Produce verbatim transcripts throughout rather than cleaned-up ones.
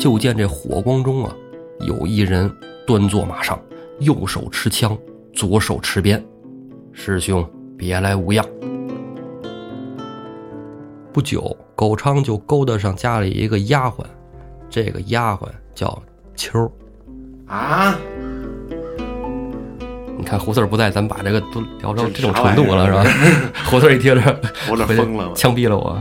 就见这火光中啊，有一人端坐马上，右手持枪，左手持鞭。师兄别来无恙。不久，狗昌就勾搭上家里一个丫鬟，这个丫鬟叫秋啊。 你看胡四不在，咱们把这个都聊到这种程度了，是吧？胡四一听着， 我这疯了， 枪毙了我。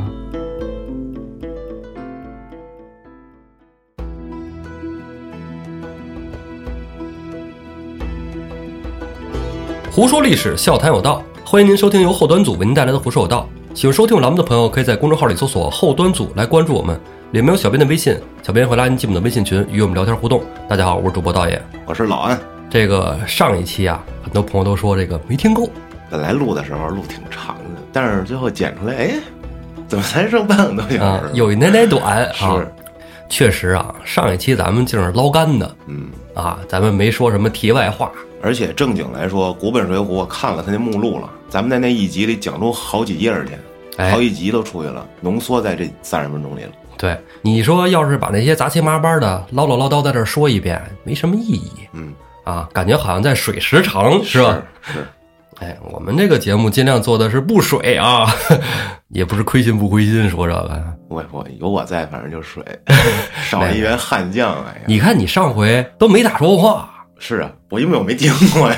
胡说历史，笑谈有道，欢迎您收听由后端组为您带来的胡说有道。喜欢收听我栏目的朋友，可以在公众号里搜索后端组来关注我们，里面有小编的微信，小编会拉您进我们的微信群，与我们聊天互动。大家好，我是主播道爷， 我是老安。 这个上一期啊，很多朋友都说这个没听够， 本来录的时候录挺长的，但是最后剪出来，哎，怎么才剩半个多小时、啊？ 有一奶奶短啊。 是， 确实啊，上一期咱们就是捞干的， 嗯啊，咱们没说什么题外话。 而且正经来说，古本水浒我看了他那目录了，咱们在那一集里讲出好几页去， 哎、 好几集都出去了，浓缩在这三十分钟里了。 对，你说要是把那些杂七麻八的唠唠唠叨在这说一遍，没什么意义。 嗯。 啊，感觉好像在水时长，是吧？ 是。是哎，我们这个节目尽量做的是不水啊，也不是亏心不亏心，说这个。 我我有我在，反正就水，少一员悍将。哎呀， 你看你上回都没咋说话。 是啊，我因为我没听过呀。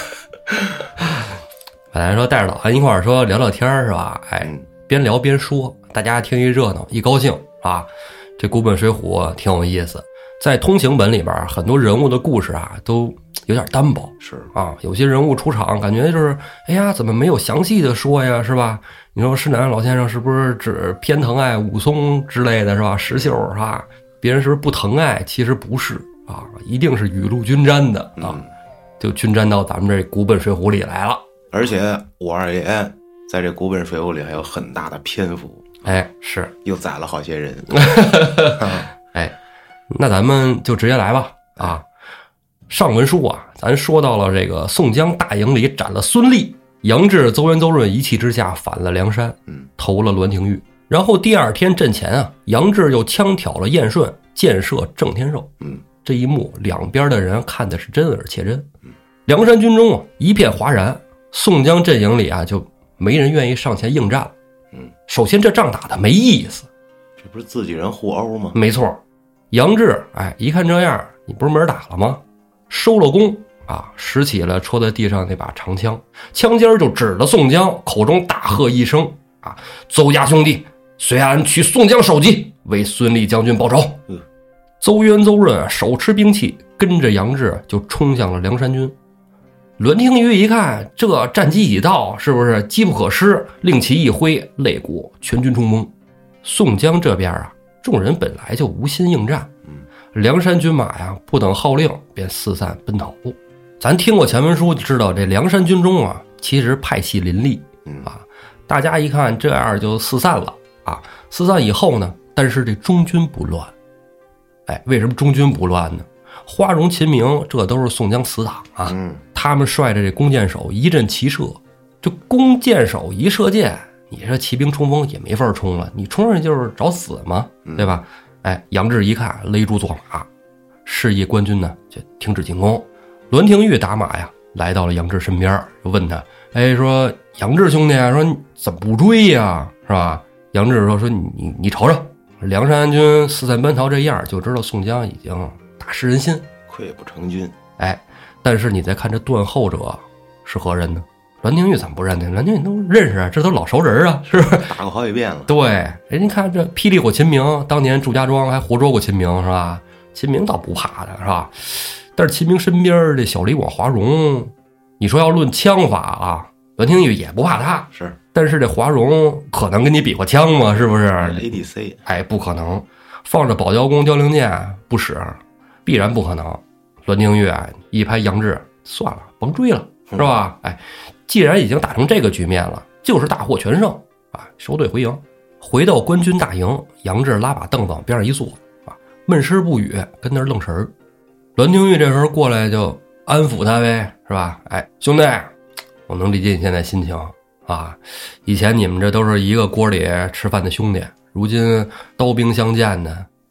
本来说带着老韩一块儿说聊聊天是吧？哎， 嗯、 边聊边说，大家听一热闹，一高兴啊。这古本水浒挺有意思。在通行本里边，很多人物的故事啊，都有点单薄。 是啊，有些人物出场，感觉就是，哎呀，怎么没有详细的说呀，是吧？你说施耐庵老先生是不是只偏疼爱武松之类的，是吧？石秀是吧？别人是不是不疼爱？其实不是啊，一定是雨露均沾的啊， 嗯、 就均沾到咱们这古本水浒里来了。 而且我二爷在这古本水浒里还有很大的篇幅， 哎，是又宰了好些人。 哎。那咱们就直接来吧啊！上文书啊，咱说到了这个宋江大营里斩了孙立，杨志、邹元、邹润一气之下反了梁山， 嗯， 投了栾廷玉。然后第二天阵前啊，杨志又枪挑了燕顺，箭射郑天寿。 嗯， 这一幕两边的人看的是真而且真。嗯，梁山军中啊一片哗然，宋江阵营里啊就没人愿意上前应战了。 嗯， 首先这仗打的没意思， 这不是自己人互殴吗？ 没错。杨志，哎，一看这样，你不是没人打了吗？收了弓啊，拾起了戳在地上那把长枪，枪尖就指着宋江，口中大喝一声：“啊，邹家兄弟，随俺取宋江首级，为孙立将军报仇！” 嗯， 邹元、邹润手持兵器，跟着杨志就冲向了梁山军。栾廷玉一看这战机已到，是不是机不可失？令旗一挥，擂鼓，全军冲锋。宋江这边啊。众人本来就无心应战，梁山军马呀不等号令便四散奔逃。咱听过前文书就知道，这梁山军中啊其实派系林立啊，大家一看这样就四散了啊。四散以后呢，但是这中军不乱。哎，为什么中军不乱呢？花荣、秦明这都是宋江死党啊，他们率着这弓箭手一阵齐射，这弓箭手一射箭。你这骑兵冲锋也没法冲了，你冲上去就是找死嘛，对吧？哎，杨志一看勒住坐马，示意官军呢就停止进攻。栾廷玉打马呀来到了杨志身边，就问他，哎，说杨志兄弟啊，说你怎么不追呀，是吧？杨志说说你你你瞅瞅，梁山军四散奔逃这样，就知道宋江已经大失人心， 溃不成军。哎， 但是你再看这断后者是何人呢？栾廷玉怎么不认得？栾廷玉都认识啊，这都老熟人啊，是不是？ 打过好几遍了。 对，人家看这霹雳火秦明，当年祝家庄还活捉过秦明，是吧？秦明倒不怕他，是吧？但是秦明身边这小李广华容，你说要论枪法啊，栾廷玉也不怕他， 是。 但是这华容可能跟你比划枪吗？是不是 ？A D C， 哎，不可能，放着宝雕弓、凋零剑不使，必然不可能。栾廷玉一拍杨志，算了，甭追了，是吧？哎。既然已经打成这个局面了，就是大获全胜啊！收队回营，回到官军大营，杨志拉把凳子往边上一坐啊，闷声不语，跟那儿愣神儿。栾廷玉这时候过来就安抚他呗，是吧？哎，兄弟，我能理解你现在心情啊！以前你们这都是一个锅里吃饭的兄弟，如今刀兵相见的，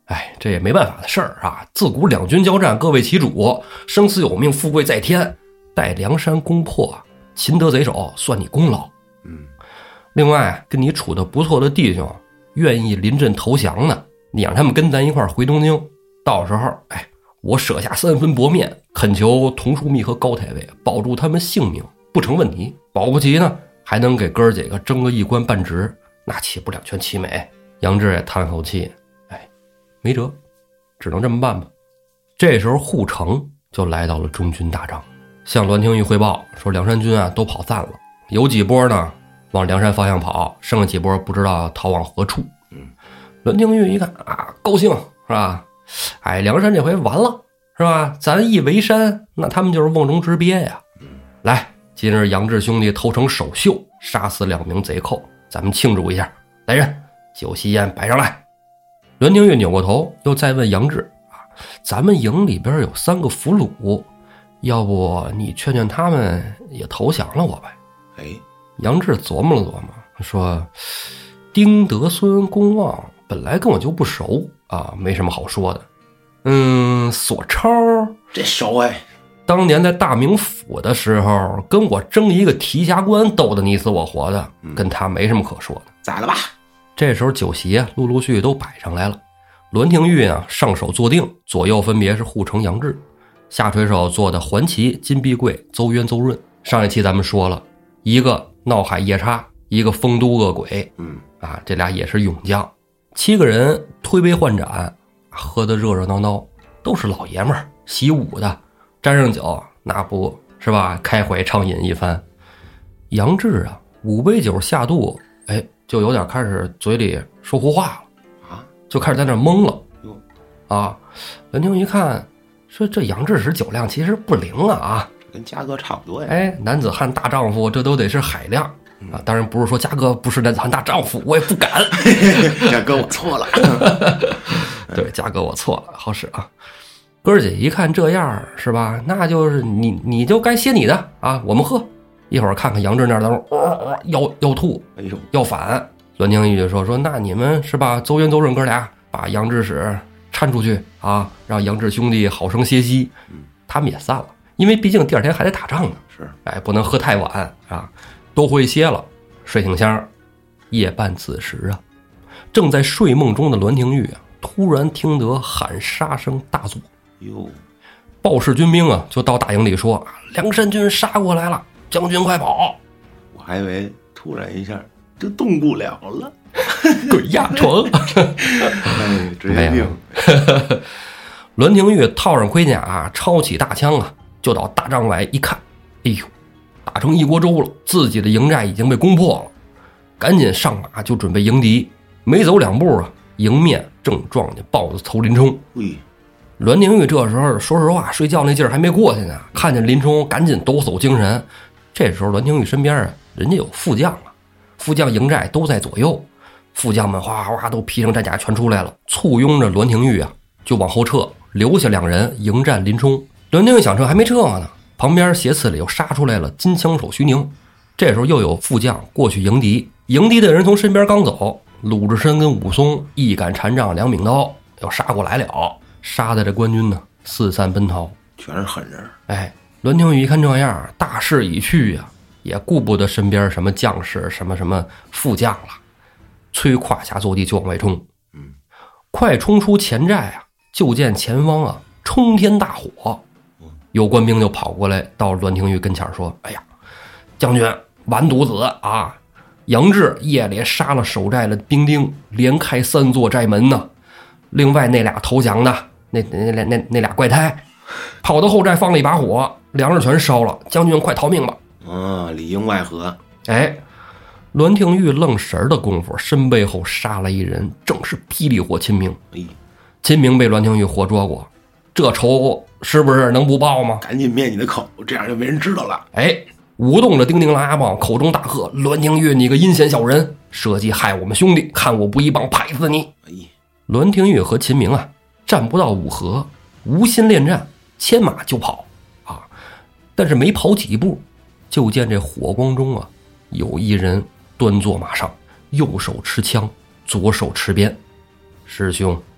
哎，这也没办法的事儿啊！自古两军交战，各为其主，生死有命，富贵在天。待梁山攻破，擒得贼首，算你功劳。 嗯， 另外，跟你处的不错的弟兄，愿意临阵投降的，你让他们跟咱一块儿回东京。到时候，哎，我舍下三分薄面，恳求童枢密和高太尉保住他们性命，不成问题。保不齐呢，还能给哥儿几个争个一官半职，那岂不两全其美？杨志也叹口气。没辙，只能这么办吧。这时候护城就来到了中军大帐，向栾廷玉汇报说梁山军啊都跑散了，有几波呢往梁山方向跑，剩下几波不知道逃往何处。 嗯， 栾廷玉一看啊，高兴是吧？哎，梁山这回完了是吧？咱一围山，那他们就是瓮中之鳖呀。 嗯， 来，今日杨志兄弟偷成首秀，杀死两名贼寇，咱们庆祝一下。来人，酒席宴摆上来。栾廷玉扭过头，又再问杨志啊，咱们营里边有三个俘虏，要不你劝劝他们也投降了我呗？ 哎， 杨志琢磨了琢磨，说：“丁德、孙公望本来跟我就不熟啊，没什么好说的。嗯，索超这熟哎， 当年在大名府的时候，跟我争一个提辖官，斗得你死我活的，跟他没什么可说的。 宰了吧！” 这时候酒席啊，陆陆续续都摆上来了。栾廷玉啊，上手坐定，左右分别是护城杨志，下垂手坐的环旗、金碧贵、邹渊、邹润。上一期咱们说了，一个闹海夜叉，一个丰都恶鬼， 嗯啊，这俩也是勇将。七个人推杯换盏，喝得热热闹闹，都是老爷们儿，习武的，沾上酒，那不是吧？开怀畅饮一番。杨志啊，五杯酒下肚，哎。就有点开始嘴里说胡话了啊， 就开始在那懵了啊。栾廷一看，说这杨志使酒量其实不灵啊啊， 跟嘉哥差不多呀。 哎，男子汉大丈夫，这都得是海量啊。当然不是说嘉哥不是男子汉大丈夫，我也不敢。 嘉哥我错了， 对，嘉哥我错了，好使啊。哥儿姐一看这样是吧，那就是你你就该歇你的啊，我们喝。一会儿看看杨志那儿等会儿、呃、要要吐， 哎呦， 要反。栾廷玉就说说，那你们是吧？邹渊、邹润哥俩把杨志使搀出去啊，让杨志兄弟好生歇息。 嗯， 他们也散了，因为毕竟第二天还得打仗呢。 是， 哎，不能喝太晚啊，都回歇了，睡醒香。夜半子时啊，正在睡梦中的栾廷玉啊，突然听得喊杀声大作。 哟， 报氏军兵啊，就到大营里说，梁山军杀过来了。将军快跑！ 我还以为突然一下就动不了了， 鬼压床。 哎，职业病。 栾廷玉套上盔甲，抄起大枪啊，就到大帐外一看，哎呦，打成一锅粥了，自己的营寨已经被攻破了，赶紧上马就准备迎敌。没走两步啊，迎面正撞见豹子头林冲。 喂， 栾廷玉这时候说实话，睡觉那劲儿还没过去呢，看见林冲，赶紧抖擞精神。这时候栾廷玉身边啊，人家有副将了，副将营寨都在左右，副将们哗哗都披上战甲全出来了，簇拥着栾廷玉啊就往后撤，留下两人迎战林冲。栾廷玉想撤还没撤呢，旁边斜刺里又杀出来了金枪手徐宁。这时候又有副将过去迎敌，迎敌的人从身边刚走，鲁智深跟武松一杆禅杖两柄刀又杀过来了，杀的这官军呢四散奔逃， 全是狠人。 哎，栾廷玉一看这样，大势已去呀、啊，也顾不得身边什么将士什么什么副将了，催胯下坐地就往外冲。 嗯， 快冲出前寨啊，就见前方啊冲天大火，有官兵就跑过来到栾廷玉跟前说：“哎呀，将军，完犊子啊！杨志夜里杀了守寨的兵丁，连开三座寨门呢。另外那俩投降的那那那那那俩怪胎。”跑到后寨放了一把火，粮食全烧了，将军快逃命吧！ 啊，里应外合。 哎，栾廷玉愣神的功夫，身背后杀了一人，正是霹雳火秦明。 哎， 秦明被栾廷玉活捉过，这仇是不是能不报吗？ 赶紧灭你的口，这样就没人知道了。 哎，舞动着叮叮狼牙棒，口中大喝：“栾廷玉，你个阴险小人，设计害我们兄弟，看我不一棒拍死你！” 哎， 栾廷玉和秦明啊，战不到五合，无心恋战。牵马就跑啊，但是没跑几步，就见这火光中啊，有一人端坐马上，右手持枪，左手持鞭。师兄，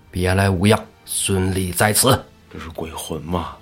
别来无恙，孙俪在此。 这是鬼魂吗？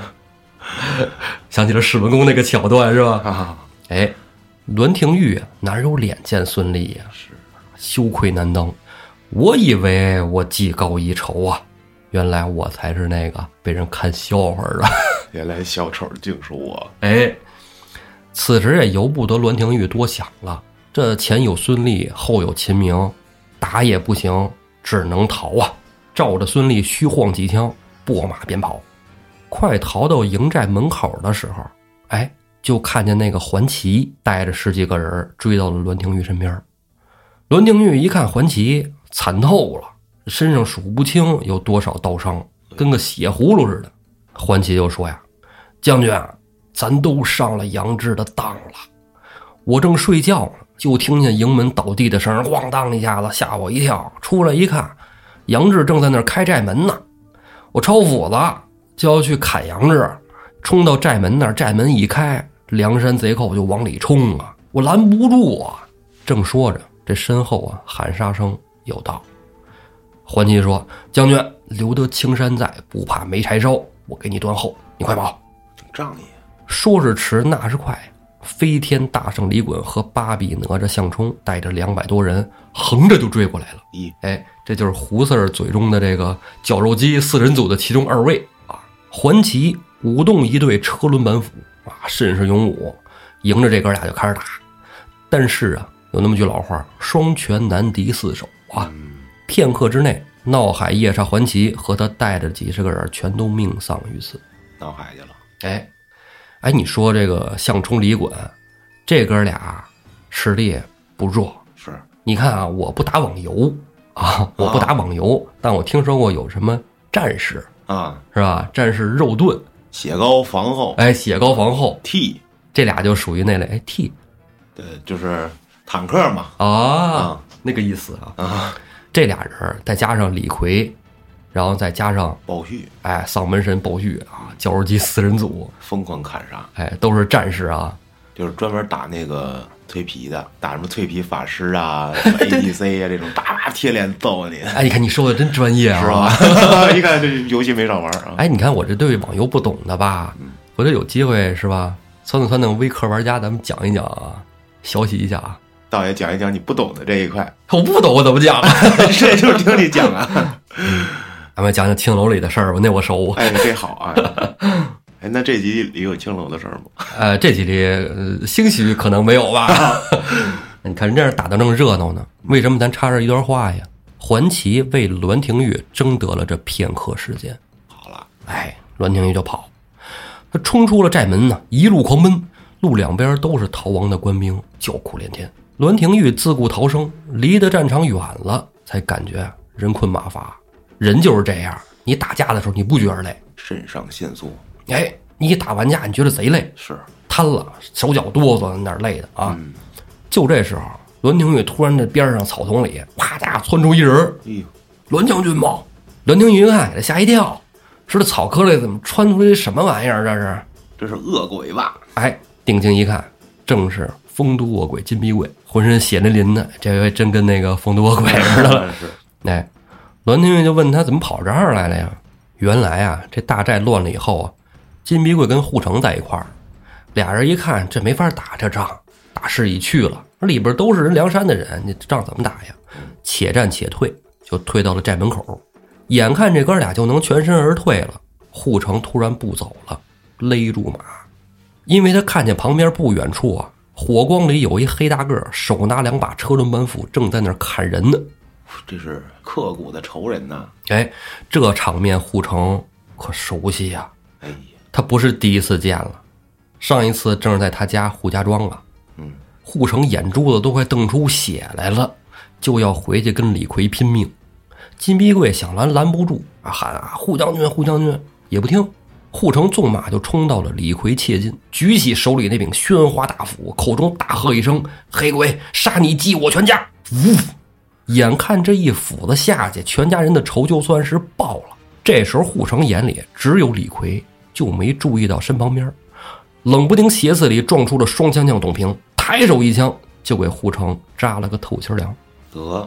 想起了史文恭那个桥段是吧？ 啊， 哎，栾廷玉哪有脸见孙俪呀？ 是羞愧难当。我以为我技高一筹啊，原来我才是那个被人看笑话的。 原来小丑竟是我。 哎，此时也由不得栾廷玉多想了，这前有孙俪，后有秦明，打也不行，只能逃啊！照着孙俪虚晃几枪，拨马便跑。快逃到营寨门口的时候，哎，就看见那个桓齐带着十几个人追到了栾廷玉身边。栾廷玉一看桓齐惨透了，身上数不清有多少刀伤，跟个血葫芦似的。桓齐就说呀：“将军啊，咱都上了杨志的当了。我正睡觉呢，就听见营门倒地的声，咣当一下子吓我一跳。出来一看，杨志正在那儿开寨门呢。我抄斧子就要去砍杨志，冲到寨门那儿，寨门一开，梁山贼寇就往里冲啊，我拦不住啊。”正说着，这身后啊喊杀声有道。桓齐说：“将军，留得青山在，不怕没柴烧。我给你断后，你快跑。” 挺仗义。 说是迟，那是快。飞天大圣李衮和八臂哪吒项冲带着两百多人，横着就追过来了。 咦， 哎，这就是胡四儿嘴中的这个绞肉机四人组的其中二位啊。桓齐舞动一队车轮板斧啊，甚是勇武，迎着这哥俩就开始打。但是啊，有那么句老话，双拳难敌四手啊。片刻之内，闹海夜叉桓齐和他带着几十个人全都命丧于此。 闹海去了。 哎，哎，你说这个项冲李衮，这哥俩实力不弱。 是， 你看啊，我不打网游啊，我不打网游，啊、但我听说过有什么战士啊， 是吧？战士肉盾， 血高防厚。 哎，血高防厚 T， 这俩就属于那类。哎 ，T， 对，就是坦克嘛。 啊， 啊那个意思啊。 啊， 这俩人再加上李逵，然后再加上鲍旭， 哎，丧门神鲍旭啊，绞肉机四人组， 疯狂砍杀， 哎，都是战士啊， 就是专门打那个脆皮的，打什么脆皮法师啊、什么 A D C 啊这种，大贴脸揍你。 哎，你看你说的真专业啊， 是吧？一看这游戏没少玩啊。 哎，你看我这对网游不懂的吧？回头有机会是吧？撺掇撺掇微氪玩家，咱们讲一讲啊，学习一下啊。 倒也讲一讲你不懂的这一块。 我不懂，我怎么讲？ 这就是听你讲啊。 咱们讲讲青楼里的事儿吧，那我熟。 哎，这好啊。哎，那这集里有青楼的事儿吗？ 呃，这集里、呃、兴许可能没有吧。你看人家打得正热闹呢，为什么咱插这一段话呀？桓齐为栾廷玉争得了这片刻时间， 好了， 哎，栾廷玉就跑，他冲出了寨门呢，一路狂奔，路两边都是逃亡的官兵，叫苦连天。栾廷玉自顾逃生，离得战场远了，才感觉人困马乏。人就是这样，你打架的时候你不觉得累， 肾上腺素。 哎，你打完架你觉得贼累， 是瘫了，手脚哆嗦，那累的啊。 嗯、 就这时候，栾廷玉突然在边上草丛里，啪嗒窜出一人， 哎， 栾将军吗？栾廷玉一看，给他吓一跳，说这草棵里怎么窜出一什么玩意儿？这是， 这是恶鬼吧？ 哎，定睛一看，正是丰都恶鬼金逼贵，浑身血淋淋的，这回真跟那个丰都恶鬼似的了。 是， 哎，栾廷玉就问他怎么跑这儿来了呀？原来啊，这大寨乱了以后啊，金逼贵跟护城在一块儿，俩人一看这没法打这仗，大势已去了，里边都是人梁山的人，你仗怎么打呀？且战且退，就退到了寨门口。眼看这哥俩就能全身而退了，护城突然不走了，勒住马，因为他看见旁边不远处啊，火光里有一黑大个，手拿两把车轮板斧，正在那儿砍人呢。 这是刻骨的仇人呐！ 哎，这场面护城可熟悉呀、啊！ 哎呀， 他不是第一次见了，上一次正是在他家护家庄啊。 嗯， 护城眼珠子都快瞪出血来了，就要回去跟李逵拼命。金逼贵想拦拦不住啊，喊啊护将军护将军，也不听。护城纵马就冲到了李逵切近，举起手里那柄宣花大斧，口中大喝一声：“黑鬼，杀你祭我全家！”呜！眼看这一斧子下去，全家人的仇就算是报了。这时候护城眼里只有李逵，就没注意到身旁边，冷不丁斜刺里撞出了双枪将董平，抬手一枪就给护城扎了个透心凉。 得，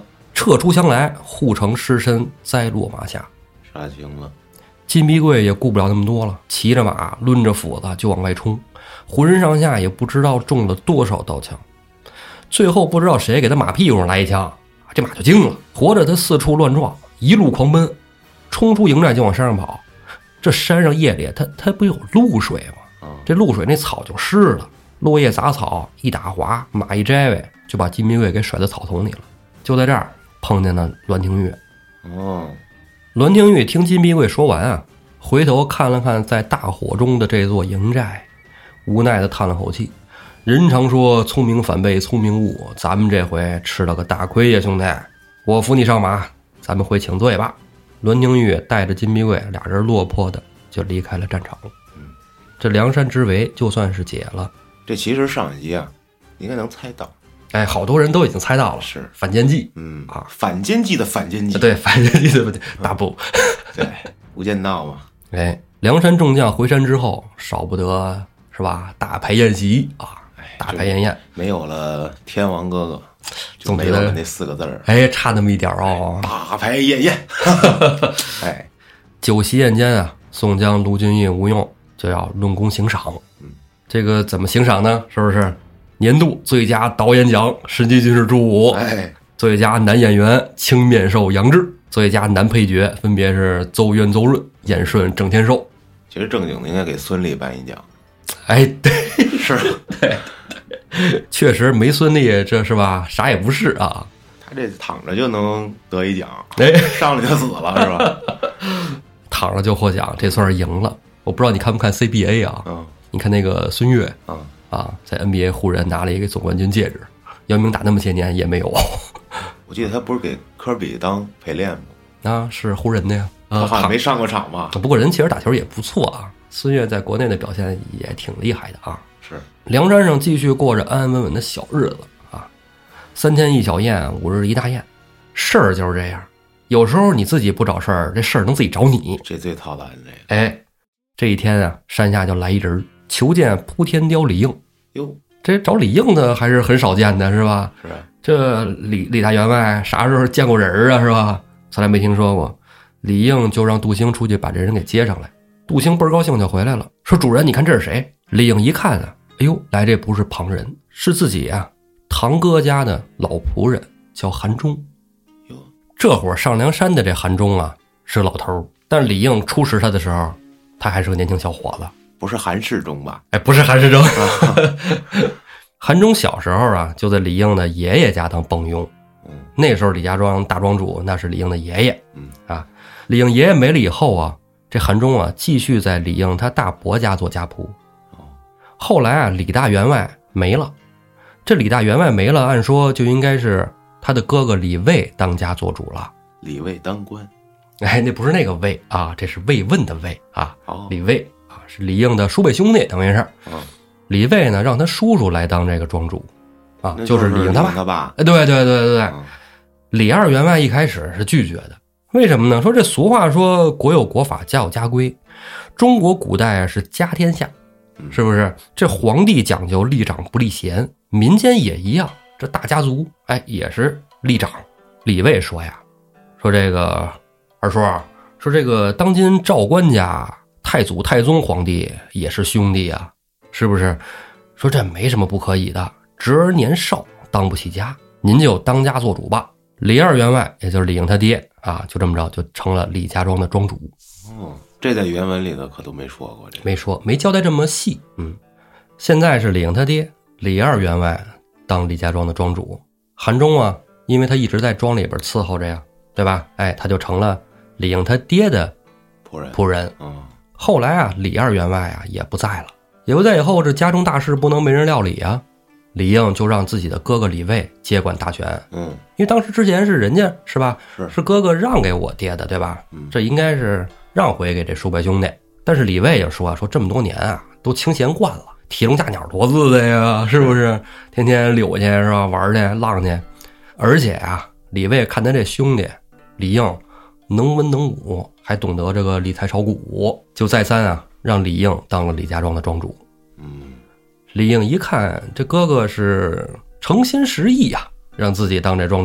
撤出乡来，护城尸身栽落马下， 杀青了。 金碧贵也顾不了那么多了，骑着马抡着斧子就往外冲，浑身上下也不知道中了多少刀枪，最后不知道谁给他马屁股上来一枪，这马就惊了，活着他四处乱撞，一路狂奔，冲出营寨就往山上跑。这山上夜里它它不有露水吗？这露水那草就湿了，落叶杂草一打滑，马一摘位就把金碧贵给甩到草丛里了。就在这儿碰见了栾廷玉。 哦， 栾廷玉听金碧贵说完啊，回头看了看在大火中的这座营寨，无奈的叹了口气。人常说聪明反被聪明误，咱们这回吃了个大亏呀，兄弟！我扶你上马，咱们回请罪吧。栾廷玉带着金碧贵，俩人落魄的就离开了战场。 嗯， 这梁山之围就算是解了。 这其实上一集啊，应该能猜到。 哎，好多人都已经猜到了， 是反间计。 嗯啊， 反间计的反间计。 对，反间计的大步。 对，无间道嘛。 哎，梁山众将回山之后，少不得是吧？大排宴席啊，大排宴宴。 没有了天王哥哥，就没有了那四个字儿。 哎，差那么一点哦。 大排宴宴。哎， 酒席宴间啊，宋江、卢俊义、吴用就要论功行赏。 嗯， 这个怎么行赏呢？是不是？年度最佳导演奖神奇军事朱武， 哎， 最佳男演员青面兽杨志，最佳男配角分别是邹渊、邹润、燕顺、郑天寿。 其实正经的应该给孙俪颁一奖。 哎，对， 是， 对，确实没孙俪这是吧？啥也不是啊。 他这躺着就能得一奖， 哎， 上来就死了是吧？ 躺着就获奖，这算是赢了。我不知道你看不看 C B A 啊？ 嗯， 你看那个孙悦， 嗯。 啊，在 N B A 湖人拿了一个总冠军戒指，姚明打那么些年也没有。 我记得他不是给科比当陪练吗？ 啊，是湖人的呀。 他好像没上过场吧？ 不过人其实打球也不错啊，孙悦在国内的表现也挺厉害的啊。 是， 梁山上继续过着安安稳稳的小日子啊，三天一小宴，五日一大宴，事儿就是这样。有时候你自己不找事儿，这事儿能自己找你。 这最操蛋这个。 哎，这一天啊，山下就来一人求见扑天雕李应。 哟， 这找李应的还是很少见的，是吧？ 是啊， 这李李大员外啥时候见过人啊，是吧？从来没听说过。李应就让杜兴出去把这人给接上来。杜兴倍儿高兴就回来了，说主人，你看这是谁？李应一看啊，哎呦，来这不是旁人，是自己啊堂哥家的老仆人，叫韩忠。 哟， 这会儿上梁山的这韩忠啊是个老头，但李应初识他的时候，他还是个年轻小伙子。 不是韩世忠吧？ 哎，不是韩世忠。韩忠小时候啊，就在李应的爷爷家当帮佣。 嗯， 那时候李家庄大庄主那是李应的爷爷。 嗯啊，李应爷爷没了以后啊，这韩忠啊继续在李应他大伯家做家仆。 哦， 后来啊，李大员外没了，这李大员外没了，按说就应该是他的哥哥李卫当家做主了。 李卫当官。 哎，那不是那个卫啊，这是慰问的慰啊。 哦， 李卫啊，是李应的叔辈兄弟，等于是。 嗯， 李卫呢，让他叔叔来当这个庄主，啊， 就就是李应他爸。 他爸。 哎，对对对对对。 嗯， 李二员外一开始是拒绝的，为什么呢？说这俗话说国有国法，家有家规，中国古代是家天下，是不是？这皇帝讲究立长不立贤，民间也一样，这大家族哎也是立长。李卫说呀，说这个二叔，说这个当今赵官家太祖太宗皇帝也是兄弟啊，是不是？说这没什么不可以的，侄儿年少当不起家，您就当家做主吧。李二员外也就是李应他爹啊，就这么着就成了李家庄的庄主。 哦，这在原文里头可都没说过，这没说，没交代这么细。嗯，现在是李应他爹李二员外当李家庄的庄主，韩忠啊，因为他一直在庄里边伺候着呀，对吧？哎，他就成了李应他爹的仆人。 仆人。 嗯， 后来啊，李二员外啊也不在了，也不在以后，这家中大事不能没人料理啊。李应就让自己的哥哥李卫接管大权。 嗯， 因为当时之前是人家是吧？ 是是哥哥让给我爹的，对吧？ 嗯， 这应该是让回给这叔伯兄弟。但是李卫就说说这么多年啊，都清闲惯了，提笼架鸟多姿的呀，是不是？天天溜去是吧？玩去浪去。而且啊，李卫看他这兄弟李应能文能武，还懂得这个理财炒股，就再三啊让李应当了李家庄的庄主。 嗯， 李应一看这哥哥是诚心实意呀、啊，让自己当这庄主，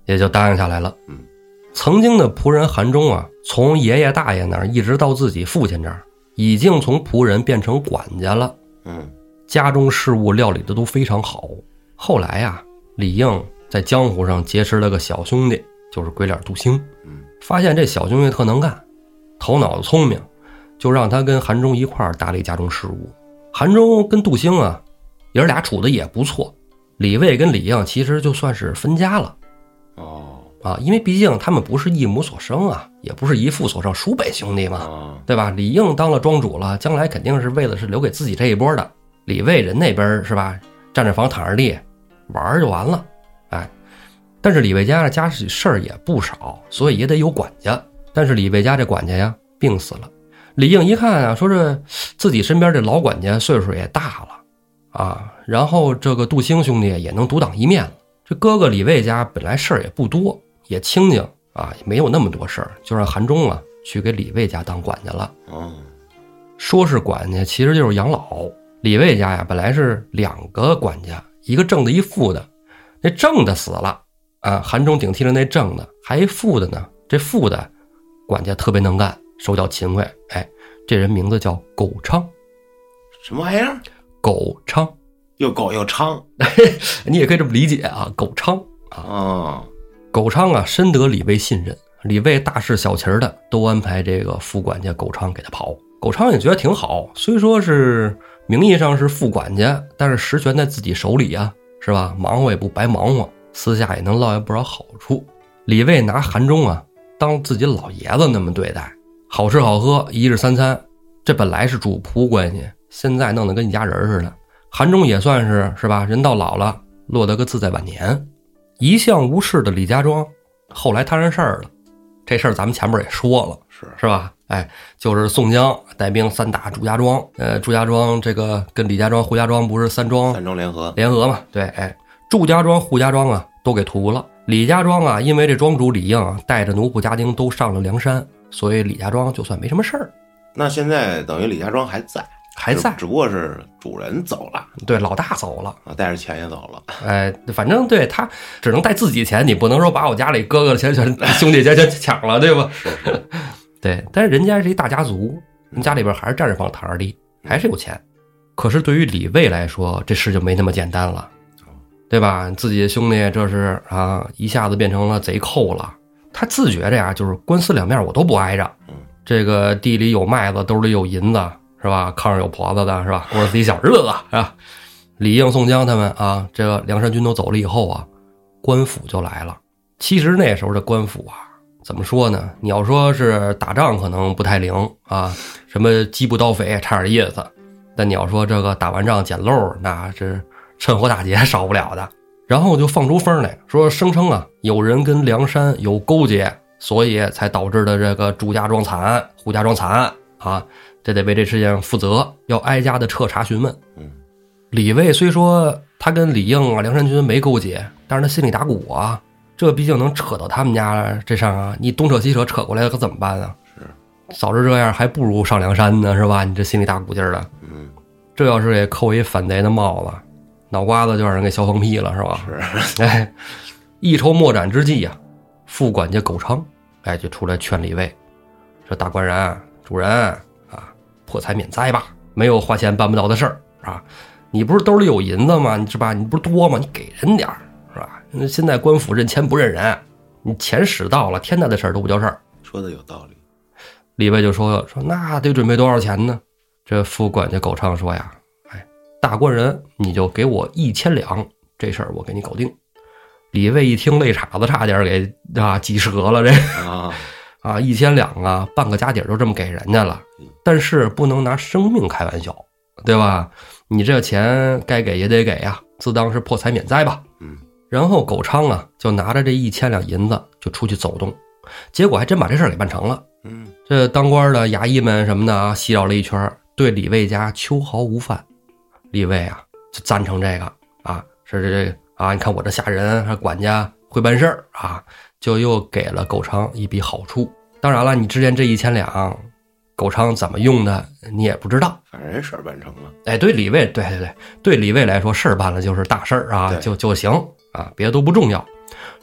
也就答应下来了。 嗯， 曾经的仆人韩忠啊，从爷爷大爷那儿一直到自己父亲这儿，已经从仆人变成管家了。 嗯， 家中事务料理的都非常好。后来呀、啊，李应在江湖上结识了个小兄弟，就是鬼脸杜兴。 嗯， 发现这小兄弟特能干，头脑子聪明，就让他跟韩忠一块儿打理家中事务。韩忠跟杜兴啊，爷儿俩处的也不错。李卫跟李应其实就算是分家了。 哦， 啊，因为毕竟他们不是一母所生啊，也不是一父所生，叔辈兄弟嘛， 哦， 对吧？李应当了庄主了，将来肯定是为了是留给自己这一波的。李卫人那边是吧，占着房躺着地玩就完了，哎。但是李卫家的家事儿也不少，所以也得有管家。但是李卫家这管家呀病死了，李应一看啊，说这自己身边这老管家岁数也大了啊，然后这个杜兴兄弟也能独当一面了。这哥哥李卫家本来事儿也不多，也清静啊，也没有那么多事儿，就让韩忠啊去给李卫家当管家了。 哦， 说是管家，其实就是养老。李卫家呀本来是两个管家，一个正的，一副的。那正的死了啊，韩忠顶替了那正的，还一副的呢。这副的管家特别能干，手脚勤快。哎，这人名字叫苟昌。 什么玩意儿？ 苟昌， 又狗又昌， 你也可以这么理解啊，苟昌啊。 哦， 苟昌啊，深得李卫信任，李卫大事小情的都安排这个副管家苟昌给他跑。苟昌也觉得挺好，虽说是名义上是副管家，但是实权在自己手里啊，是吧？忙活也不白忙活，私下也能落下不少好处。李卫拿韩忠啊当自己老爷子那么对待，好吃好喝，一日三餐，这本来是主仆关系，现在弄得跟一家人似的。韩忠也算是是吧，人到老了，落得个自在晚年。一向无事的李家庄后来摊上事儿了，这事儿咱们前面也说了， 是是吧？哎，就是宋江带兵三打祝家庄，呃，祝家庄这个跟李家庄、胡家庄不是三庄三庄联合联合嘛？对，哎，祝家庄、胡家庄啊都给屠了。李家庄啊，因为这庄主李应啊带着奴仆家丁都上了梁山，所以李家庄就算没什么事儿。 那现在等于李家庄还在， 还在， 只不过是主人走了， 对，老大走了啊，带着钱也走了。 哎，反正对他只能带自己钱，你不能说把我家里哥哥的钱全兄弟家全抢了，对吧？ 是是， 对，但是人家是一大家族，人家里边还是占着房躺着地，还是有钱。可是对于李卫来说，这事就没那么简单了，对吧？自己的兄弟这是啊，一下子变成了贼寇了。他自觉着呀，就是官司两面我都不挨着。这个地里有麦子，兜里有银子，是吧？炕上有婆子的，是吧？过着自己小日子，是吧？李应、宋江他们啊，这个梁山军都走了以后啊，官府就来了。其实那时候的官府啊，怎么说呢？你要说是打仗可能不太灵啊，什么缉捕盗匪差点意思。但你要说这个打完仗捡漏，那是趁火打劫少不了的。然后就放出风来说，声称啊，有人跟梁山有勾结，所以才导致的这个祝家庄惨案、胡家庄惨案啊，这得为这事件负责，要挨家的彻查询问。 嗯， 李卫虽说他跟李应啊、梁山军没勾结，但是他心里打鼓啊，这毕竟能扯到他们家这上啊，你东扯西扯扯过来可怎么办啊？ 是， 早知这样还不如上梁山呢，是吧？你这心里打鼓劲儿的， 嗯， 这要是给扣一反贼的帽子，脑瓜子就让人给削放屁了，是吧？ 是， 哎，一筹莫展之际啊，副管家苟昌哎就出来劝李卫，说大官人、主人啊，破财免灾吧，没有花钱办不到的事儿啊。你不是兜里有银子吗？你是吧？你不是多吗？你给人点儿，是吧？现在官府认钱不认人，你钱使到了，天大的事儿都不叫事儿。 说的有道理。 李卫就说说那得准备多少钱呢？这副管家苟昌说呀，哎，大官人你就给我一千两，这事儿我给你搞定。李卫一听，肋叉子差点给啊挤折了，这啊啊一千两啊，半个家底儿就这么给人家了。但是不能拿生命开玩笑，对吧？你这钱该给也得给呀，自当是破财免灾吧。 嗯。然后苟昌啊，就拿着这一千两银子就出去走动，结果还真把这事儿给办成了。 嗯。 这当官的衙役们什么的啊，袭扰了一圈，对李卫家秋毫无犯。李卫啊，就赞成这个啊，是这这啊，你看我这下人还管家会办事儿啊，就又给了苟昌一笔好处。当然了，你之前这一千两，苟昌怎么用的你也不知道， 反正人事儿办成了。 哎，对李卫，对对对，对李卫来说，事儿办了就是大事儿啊，就就行啊，别的都不重要。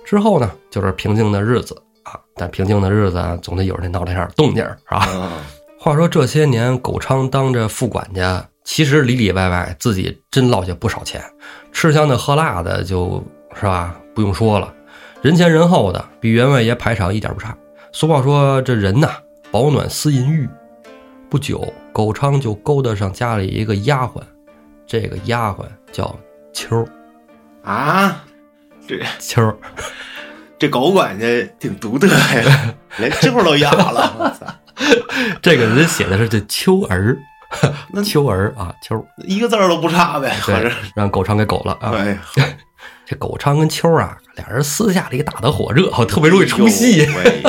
之后呢，就是平静的日子啊，但平静的日子总得有人闹点点动静，是吧？ 嗯话说这些年，狗昌当着副管家，其实里里外外自己真落下不少钱，吃香的喝辣的就是吧，不用说了，人前人后的比员外爷排场一点不差。俗话说这人呐，饱暖思淫欲。不久，狗昌就勾搭上家里一个丫鬟，这个丫鬟叫秋啊，这秋这狗管家挺独特呀，连秋都压了，我操！ 这个人写的是这秋儿，秋儿啊，秋一个字儿都不差呗，合着让狗昌给狗了啊！ 哎， 这狗昌跟秋啊，俩人私下里打得火热，特别容易出戏。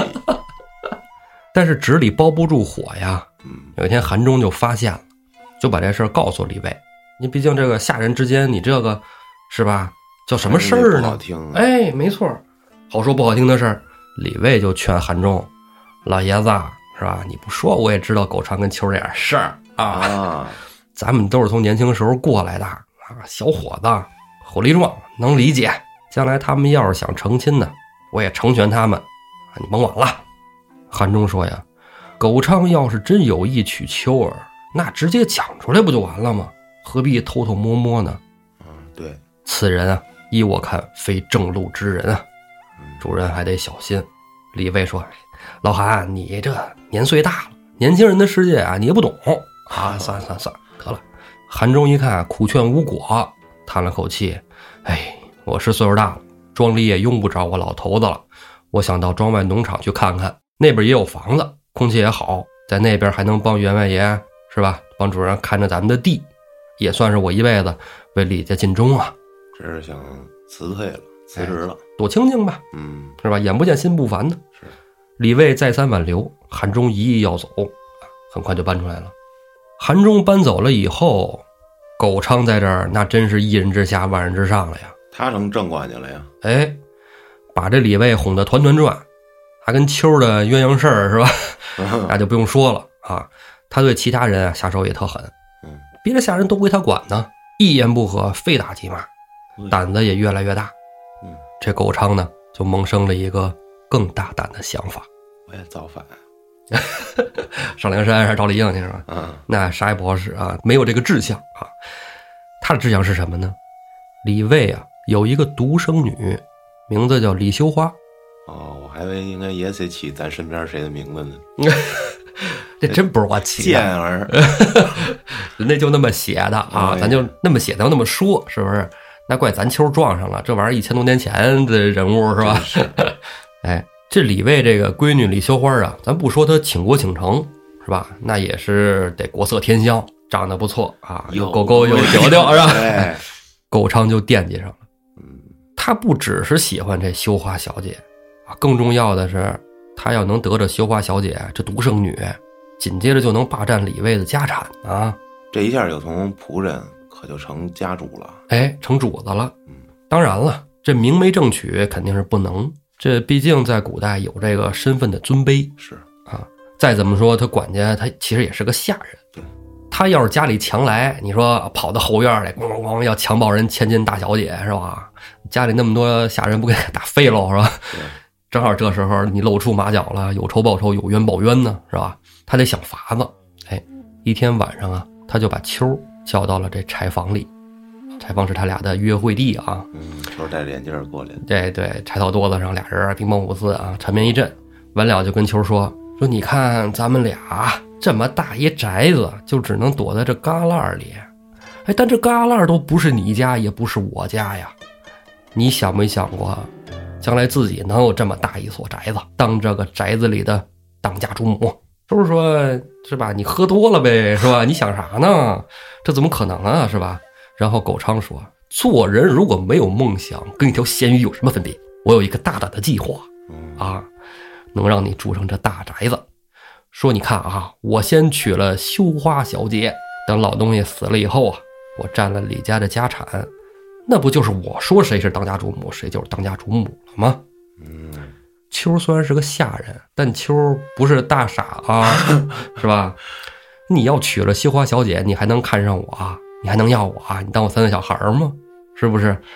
但是纸里包不住火呀。有一天韩忠就发现了，就把这事儿告诉李卫。你毕竟这个下人之间，你这个是吧，叫什么事儿呢？哎，没错，好说不好听的事儿。李卫就劝韩忠，老爷子是吧？你不说我也知道狗昌跟秋这点事儿啊。啊咱们都是从年轻时候过来的啊，小伙子火力壮，能理解。将来他们要是想成亲呢，我也成全他们啊，你甭管了。韩忠说呀，狗昌要是真有意娶秋儿，那直接讲出来不就完了吗？何必偷偷摸摸呢？ 嗯，对， 此人啊，依我看非正路之人啊，主人还得小心。李卫说，老韩，你这年岁大了，年轻人的世界啊，你也不懂啊，算了算了算了，得了。韩忠一看苦劝无果，叹了口气，哎，我是岁数大了，庄里也用不着我老头子了，我想到庄外农场去看看，那边也有房子，空气也好，在那边还能帮员外爷是吧，帮主人看着咱们的地，也算是我一辈子为李家尽忠啊。 这是想辞退了，辞职了， 多清静吧， 嗯， 是吧？眼不见心不烦的。 是。 李卫再三挽留，韩忠一意要走，很快就搬出来了。韩忠搬走了以后，狗昌在这儿那真是一人之下万人之上了呀。 他成正官去了呀。 哎，把这李卫哄得团团转，他跟秋的鸳鸯事儿是吧？那就不用说了啊。他对其他人啊下手也特狠， 嗯， 别的下人都归他管呢，一言不合非打即骂，胆子也越来越大。 嗯， 这狗昌呢就萌生了一个更大胆的想法， 我也造反， 上梁山还是找李应去是吧？ 嗯， 那啥也不好使啊，没有这个志向啊。他的志向是什么呢？李卫啊有一个独生女，名字叫李羞花。 哦，我还以为应该也得起咱身边谁的名字呢。 这真不是我起的， 贱儿， 人家就那么写的啊，咱就那么写的，那么说，是不是？那怪咱秋撞上了，这玩意儿一千多年前的人物是吧？ 是。 哎，这李卫这个闺女李羞花啊，咱不说她倾国倾城是吧？那也是得国色天香，长得不错啊，有狗狗有调调是吧？ 哎， 狗昌就惦记上了。 嗯， 他不只是喜欢这羞花小姐啊，更重要的是，他要能得着羞花小姐这独生女，紧接着就能霸占李卫的家产啊！ 这一下就从仆人可就成家主了， 哎，成主子了。 嗯， 当然了，这明媒正娶肯定是不能，这毕竟在古代有这个身份的尊卑。 是啊，再怎么说，他管家他其实也是个下人。 对， 他要是家里强来，你说跑到后院里咣咣咣要强暴人千金大小姐是吧？家里那么多下人不给打废喽是吧？ 对。 正好这时候你露出马脚了，有仇报仇，有冤报冤呢，是吧？他得想法子。哎，一天晚上啊，他就把秋叫到了这柴房里。柴房是他俩的约会地啊。 嗯，秋戴着眼镜过来。 对对，柴草垛子上俩人乒乓五四啊，缠绵一阵。完了就跟秋说说，你看咱们俩这么大一宅子，就只能躲在这旮旯里。哎，但这旮旯都不是你家，也不是我家呀。你想没想过？将来自己能有这么大一所宅子，当这个宅子里的当家主母，是不是说是吧？你喝多了呗，是吧？你想啥呢？这怎么可能啊，是吧？然后狗昌说，做人如果没有梦想，跟一条咸鱼有什么分别？我有一个大胆的计划啊，能让你住上这大宅子。说你看啊，我先娶了羞花小姐，等老东西死了以后啊，我占了李家的家产，那不就是我说谁是当家主母，谁就是当家主母了吗？ 嗯， 秋虽然是个下人，但秋不是大傻啊，是吧？你要娶了羞花小姐，你还能看上我啊？你还能要我啊？你当我三岁小孩吗？是不是？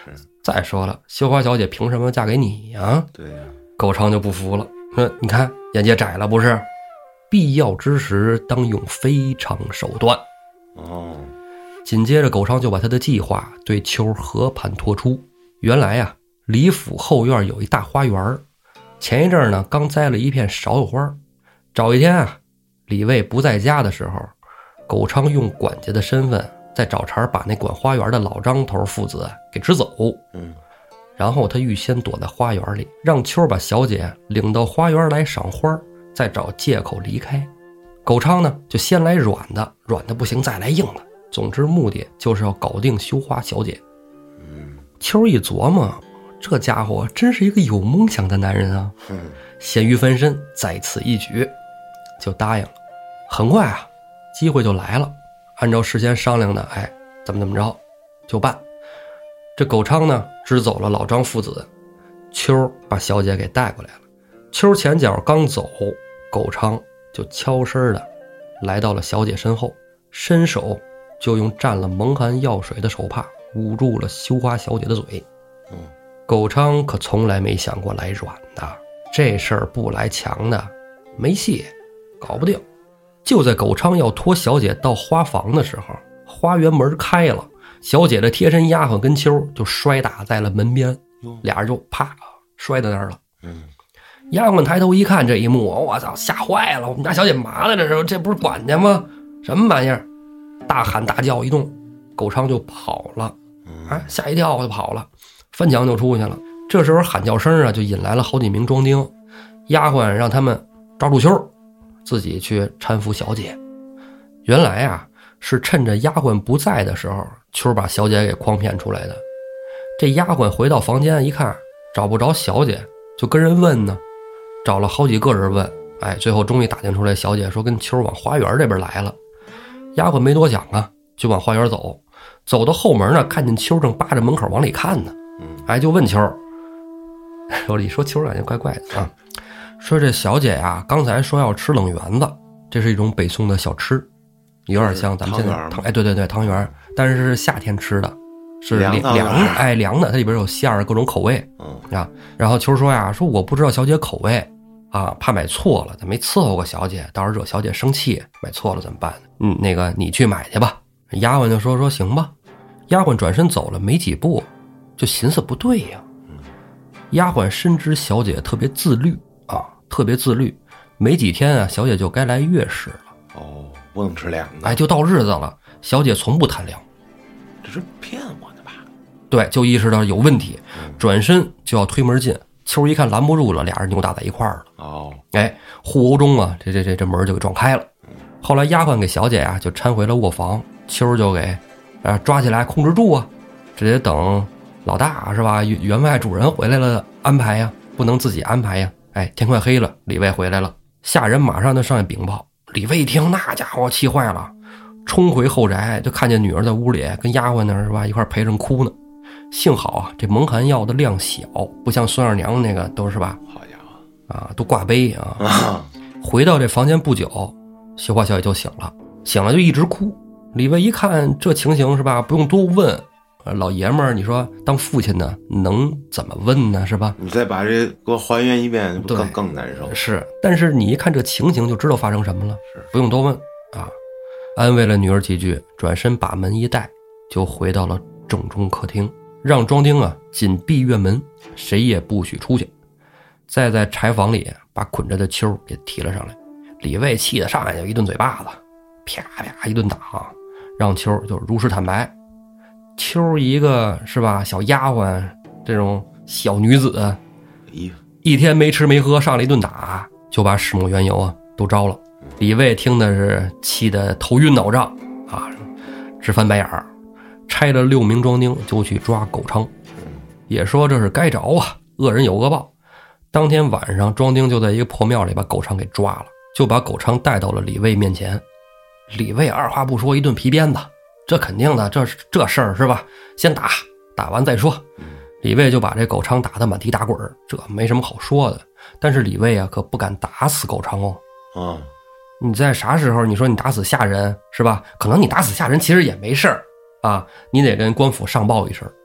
再说了，绣花小姐凭什么嫁给你呀？ 对呀、啊， 狗昌就不服了，说你看眼界窄了不是？必要之时当用非常手段。 哦， 紧接着狗昌就把他的计划对秋和盘托出。原来呀、啊，李府后院有一大花园，前一阵呢刚栽了一片芍药花。找一天啊，李卫不在家的时候，狗昌用管家的身份在找茬把那管花园的老张头父子给支走。 嗯， 然后他预先躲在花园里，让秋把小姐领到花园来赏花，再找借口离开。狗昌呢就先来软的，软的不行再来硬的，总之目的就是要搞定羞花小姐。 嗯， 秋一琢磨，这家伙真是一个有梦想的男人啊， 嗯， 咸鱼翻身，在此一举，就答应了。很快啊，机会就来了，按照事先商量的，哎，怎么怎么着就办。这狗昌呢支走了老张父子，秋把小姐给带过来了。秋前脚刚走，狗昌就悄声的来到了小姐身后，伸手就用蘸了蒙汗药水的手帕捂住了羞花小姐的嘴。 嗯， 狗昌可从来没想过来软的，这事儿不来强的没戏，搞不定。就在狗昌要拖小姐到花房的时候，花园门开了，小姐的贴身丫鬟跟秋就摔打在了门边，俩人就啪摔在那儿了。 嗯， 丫鬟抬头一看这一幕，我操，吓坏了！我们家小姐麻了，这时候这不是管家吗？什么玩意儿？大喊大叫一动，狗昌就跑了，哎，吓一跳就跑了，翻墙就出去了。这时候喊叫声啊，就引来了好几名庄丁，丫鬟让他们抓住秋，自己去搀扶小姐。原来啊，是趁着丫鬟不在的时候，秋把小姐给诓骗出来的。这丫鬟回到房间一看，找不着小姐，就跟人问呢，找了好几个人问，哎，最后终于打听出来，小姐说跟秋往花园这边来了。丫鬟没多想啊，就往花园走，走到后门呢，看见秋正扒着门口往里看呢，哎，就问秋，说里说秋感觉怪怪的啊，说这小姐呀，刚才说要吃冷圆子，这是一种北宋的小吃，有点像咱们现在汤，哎，对对对，汤圆，但是是夏天吃的，是凉凉哎凉的，它里边有馅儿各种口味，嗯啊，然后秋说呀，说我不知道小姐口味啊，怕买错了，咱没伺候过小姐，到时候惹小姐生气，买错了怎么办？嗯，那个你去买去吧。丫鬟就说说行吧。丫鬟转身走了没几步，就寻思不对呀。丫鬟深知小姐特别自律啊，特别自律。没几天啊，小姐就该来月事了。 哦，不能吃凉的。 哎，就到日子了，小姐从不贪凉。 这是骗我的吧？ 对，就意识到有问题，转身就要推门进。秋一看拦不住了，俩人扭打在一块儿了。 哦， 哎，互殴中啊，这这这这门就给撞开了。后来丫鬟给小姐啊就搀回了卧房，秋就给啊抓起来控制住啊，这得等老大是吧？员外主人回来了安排呀，不能自己安排呀。哎，天快黑了，李卫回来了，下人马上就上去禀报。李卫一听，那家伙气坏了，冲回后宅就看见女儿在屋里跟丫鬟那是吧一块陪着哭呢。幸好啊，这蒙汗药的量小，不像孙二娘那个都是吧？ 好家伙啊，都挂杯啊！回到这房间不久，绣花小姐就醒了，醒了就一直哭。李卫一看这情形是吧，不用多问，老爷们儿，你说当父亲的能怎么问呢？是吧？ 你再把这给我还原一遍，不更更难受？ 是，但是你一看这情形就知道发生什么了，是不用多问啊。安慰了女儿几句，转身把门一带，就回到了正中客厅。让庄丁啊紧闭院门，谁也不许出去。再在柴房里把捆着的秋给提了上来。李卫气得上来就一顿嘴巴子，啪啪一顿打，让秋就如实坦白。秋一个是吧小丫鬟，这种小女子，一天没吃没喝上来一顿打，就把始末缘由啊都招了。李卫听的是气得头晕脑胀啊，直翻白眼儿。差了六名庄丁就去抓狗昌，也说这是该着啊，恶人有恶报。当天晚上，庄丁就在一个破庙里把狗昌给抓了，就把狗昌带到了李卫面前。李卫二话不说，一顿皮鞭子，这肯定的，这这事儿是吧？先打，打完再说。李卫就把这狗昌打得满地打滚，这没什么好说的。但是李卫啊，可不敢打死狗昌哦。 啊， 你在啥时候？你说你打死下人是吧？可能你打死下人其实也没事儿。啊，你得跟官府上报一声，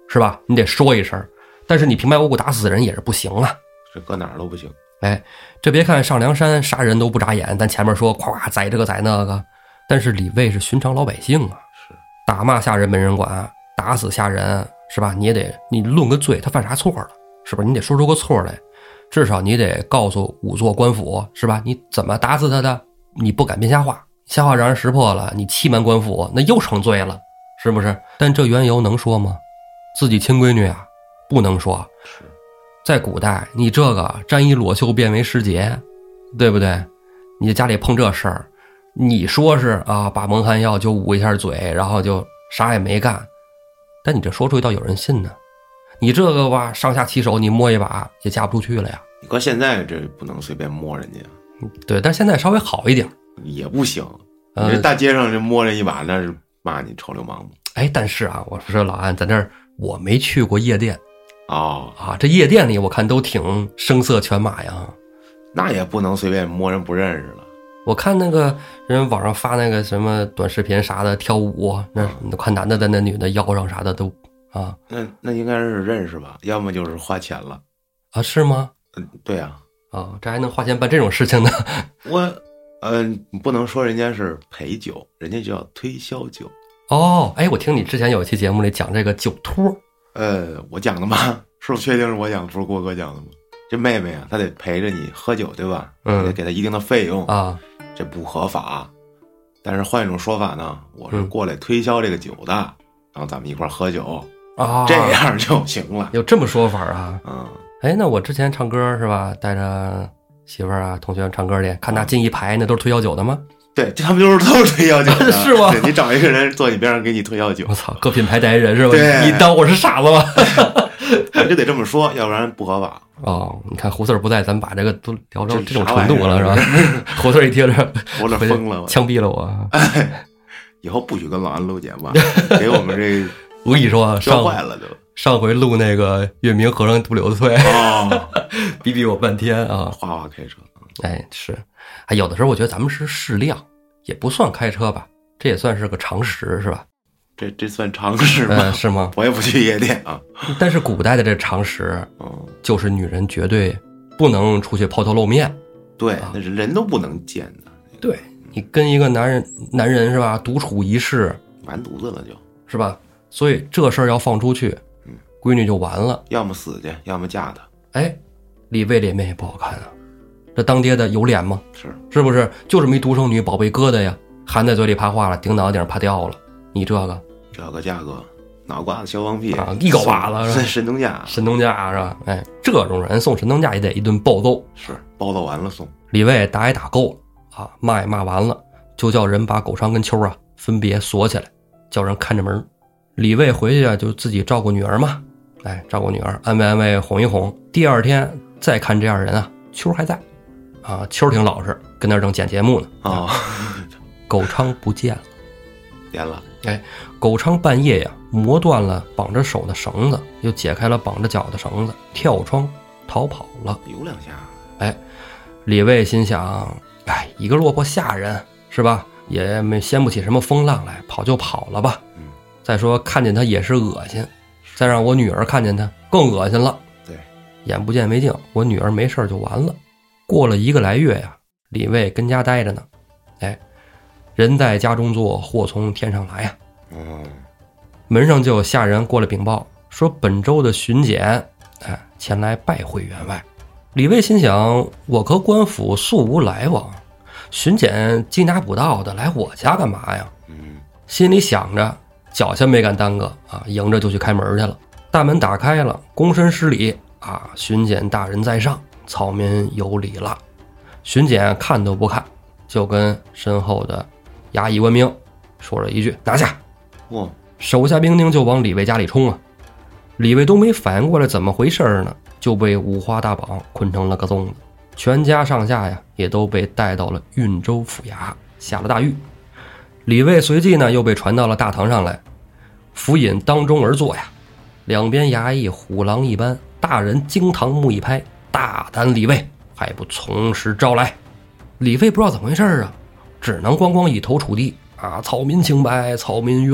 是吧？你得说一声，但是你平白无故打死人也是不行啊。 这搁哪儿都不行。 哎，这别看上梁山杀人都不眨眼，咱前面说夸夸宰这个宰那个，但是李卫是寻常老百姓啊， 是打骂下人没人管，打死下人是吧？你也得你论个罪，他犯啥错了，是吧？你得说出个错来，至少你得告诉五座官府，是吧？你怎么打死他的？你不敢编瞎话，瞎话让人识破了，你欺瞒官府，那又成罪了，是不是？但这缘由能说吗？自己亲闺女啊，不能说。 是。 在古代，你这个沾衣裸袖变为时节，对不对？你在家里碰这事儿，你说是啊，把蒙汗药就捂一下嘴，然后就啥也没干，但你这说出去倒有人信呢。你这个吧，上下其手，你摸一把也嫁不出去了呀。 你搁现在这不能随便摸人家， 对，但现在稍微好一点也不行。你这大街上这摸人一把，那是骂你臭流氓吗？ 哎，但是啊，我说老安，咱这儿我没去过夜店。 哦啊，这夜店里我看都挺声色犬马呀， 那也不能随便摸人不认识了。 我看那个人网上发那个什么短视频啥的跳舞，那你看男的在那女的腰上啥的都啊， 那那应该是认识吧，要么就是花钱了啊，是吗？ 嗯，对啊， 啊，这还能花钱办这种事情呢？ 我嗯、呃，不能说人家是陪酒，人家叫推销酒。 哦，哎，我听你之前有一期节目里讲这个酒托。 呃，我讲的吗？是不是确定是我讲的，不是郭哥讲的吗？这妹妹啊，她得陪着你喝酒，对吧？ 嗯， 得给她一定的费用啊， 这不合法。但是换一种说法呢，我是过来推销这个酒的，嗯、然后咱们一块喝酒啊， 这样就行了。 有这么说法啊？ 嗯， 哎，那我之前唱歌是吧？带着媳妇儿啊、同学唱歌去，看那进一排，那都是推销酒的吗？ 对，他们就是都是推销酒的， 是吗？ 对，你找一个人坐你边上给你推销酒。 我操，各品牌代言人是吧？ 对， 你当我是傻子吗？ 咱就得这么说，要不然不合法。 哦，你看胡四不在，咱们把这个都聊到这种程度了，是吧？胡四一听着， 我这疯了， 枪毙了我。 哎，以后不许跟老安录节目，给我们这我跟你说， 上坏了都。 上回录那个月明和尚渡柳翠， 哦， 逼逼我半天啊， 哗哗开车。 哎，是，还有的时候我觉得咱们是适量，也不算开车吧，这也算是个常识，是吧？ 这这算常识吗？ 呃、是吗？ 我也不去夜店啊。 但是古代的这常识， 嗯， 就是女人绝对不能出去抛头露面。 对，那是人都不能见的。 对，你跟一个男人，男人是吧，独处一室， 完犊子了就， 是吧？所以这事儿要放出去， 嗯， 闺女就完了， 要么死去，要么嫁他。 哎，李卫脸面也不好看啊。这当爹的有脸吗？ 是， 是不是？就这么一独生女，宝贝疙瘩呀，含在嘴里怕化了，顶脑袋顶上怕掉了。你这个， 这个价格，脑瓜子小放屁啊，一狗把子， 神农架， 神农架是吧？哎，这种人送神农架也得一顿暴揍， 是暴揍完了送。 李卫打也打够了啊，骂也骂完了，就叫人把狗昌跟秋啊分别锁起来，叫人看着门。李卫回去啊，就自己照顾女儿嘛，哎，照顾女儿，安慰安慰，哄一哄。第二天再看这样人啊，秋还在。啊，秋挺老实，跟那儿正剪节目呢。 哦， 狗昌不见了， 变了。 哎，狗昌半夜呀，磨断了绑着手的绳子，又解开了绑着脚的绳子，跳窗逃跑了。 有两下。 哎，李卫心想，哎，一个落魄下人是吧，也没掀不起什么风浪来，跑就跑了吧。 嗯。 再说看见他也是恶心，再让我女儿看见他更恶心了。 对， 眼不见为净，我女儿没事就完了。过了一个来月呀，李卫跟家待着呢，哎，人在家中坐，祸从天上来呀。 嗯， 门上就有下人过来禀报，说本州的巡检，哎，前来拜会员外。李卫心想，我和官府素无来往，巡检缉拿捕盗的来我家干嘛呀？ 嗯， 心里想着，脚下没敢耽搁啊，迎着就去开门去了。大门打开了，躬身施礼啊，巡检大人在上。草民有礼了，巡检看都不看，就跟身后的衙役官兵说了一句拿下。 哦， 手下兵丁就往李卫家里冲啊，李卫都没反应过来怎么回事呢，就被五花大绑捆成了个粽子，全家上下呀也都被带到了运州府衙下了大狱。李卫随即呢又被传到了大堂上来，府尹当中而坐呀，两边衙役虎狼一般，大人惊堂木一拍，大胆李卫，还不从实招来？李卫不知道怎么回事啊，只能咣咣一头杵地啊！草民清白，草民冤枉，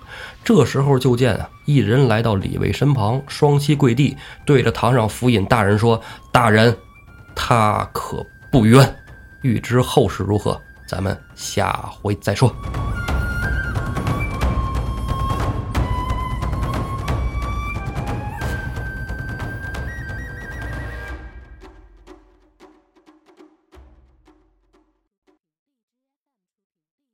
这时候就见啊，一人来到李卫身旁，双膝跪地，对着堂上府尹大人说：“大人，他可不冤。”欲知后事如何，咱们下回再说。